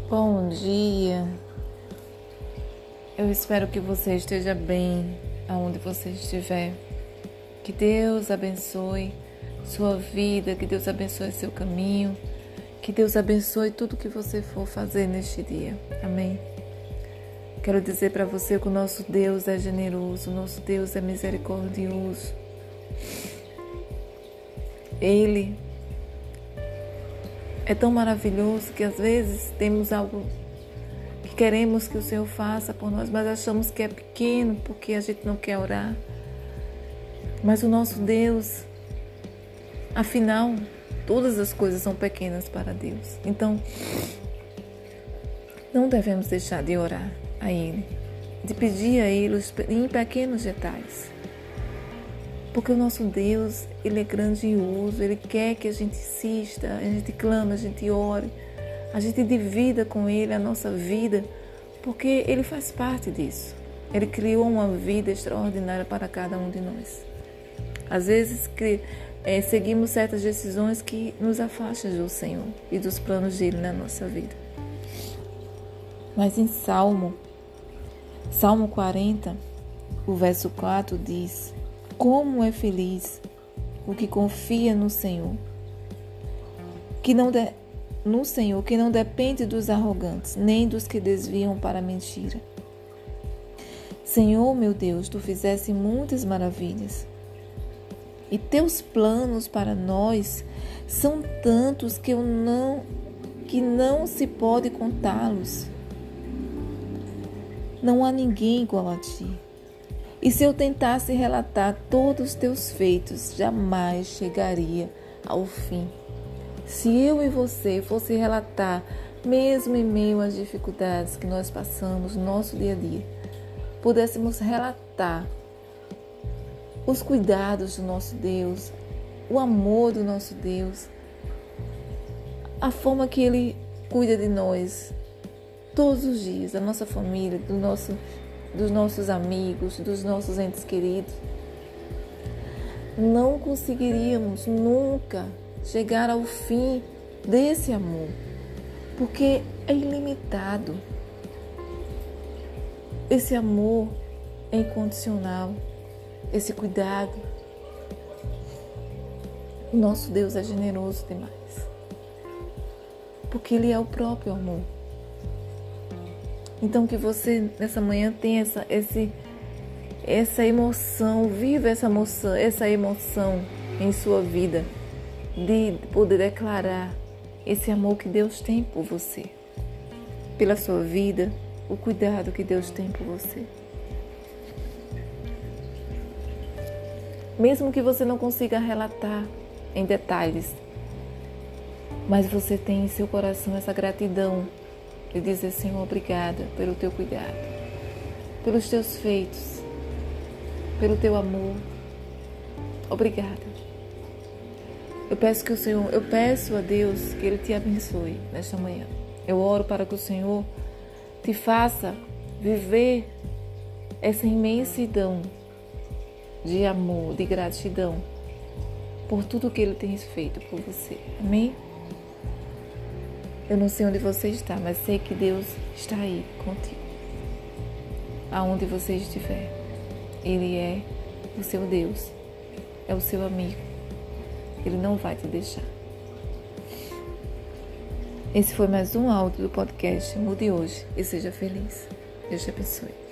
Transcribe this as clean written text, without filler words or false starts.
Bom dia, eu espero que você esteja bem aonde você estiver. Que Deus abençoe sua vida, que Deus abençoe seu caminho, que Deus abençoe tudo que você for fazer neste dia. Amém? Quero dizer para você que o nosso Deus é generoso, o nosso Deus é misericordioso. Ele é tão maravilhoso que às vezes temos algo que queremos que o Senhor faça por nós, mas achamos que é pequeno porque a gente não quer orar. Mas o nosso Deus, afinal, todas as coisas são pequenas para Deus. Então, não devemos deixar de orar a Ele, de pedir a Ele em pequenos detalhes. Porque o nosso Deus, Ele é grandioso, Ele quer que a gente insista, a gente clame, a gente ore, a gente divida com Ele a nossa vida, porque Ele faz parte disso. Ele criou uma vida extraordinária para cada um de nós. Às vezes seguimos certas decisões que nos afastam do Senhor e dos planos dele na nossa vida. Mas em Salmo 40, o verso 4 diz: como é feliz o que confia no Senhor, que não depende dos arrogantes, nem dos que desviam para a mentira. Senhor, meu Deus, tu fizeste muitas maravilhas, e teus planos para nós são tantos que não se pode contá-los. Não há ninguém igual a ti. E se eu tentasse relatar todos os teus feitos, jamais chegaria ao fim. Se eu e você fosse relatar, mesmo em meio às dificuldades que nós passamos no nosso dia a dia, pudéssemos relatar os cuidados do nosso Deus, o amor do nosso Deus, a forma que Ele cuida de nós todos os dias, da nossa família, dos nossos amigos, dos nossos entes queridos, não conseguiríamos nunca chegar ao fim desse amor, porque é ilimitado. Esse amor é incondicional, esse cuidado. O nosso Deus é generoso demais, porque Ele é o próprio amor. Então que você nessa manhã tenha essa emoção, viva essa emoção em sua vida, de poder declarar esse amor que Deus tem por você, pela sua vida, o cuidado que Deus tem por você. Mesmo que você não consiga relatar em detalhes, mas você tem em seu coração essa gratidão de dizer: Senhor, obrigada pelo teu cuidado, pelos teus feitos, pelo teu amor. Obrigada. Eu peço a Deus que Ele te abençoe nesta manhã. Eu oro para que o Senhor te faça viver essa imensidão de amor, de gratidão por tudo que Ele tem feito por você. Amém? Eu não sei onde você está, mas sei que Deus está aí contigo. Aonde você estiver, Ele é o seu Deus, é o seu amigo. Ele não vai te deixar. Esse foi mais um áudio do podcast Mude Hoje e Seja Feliz. Deus te abençoe.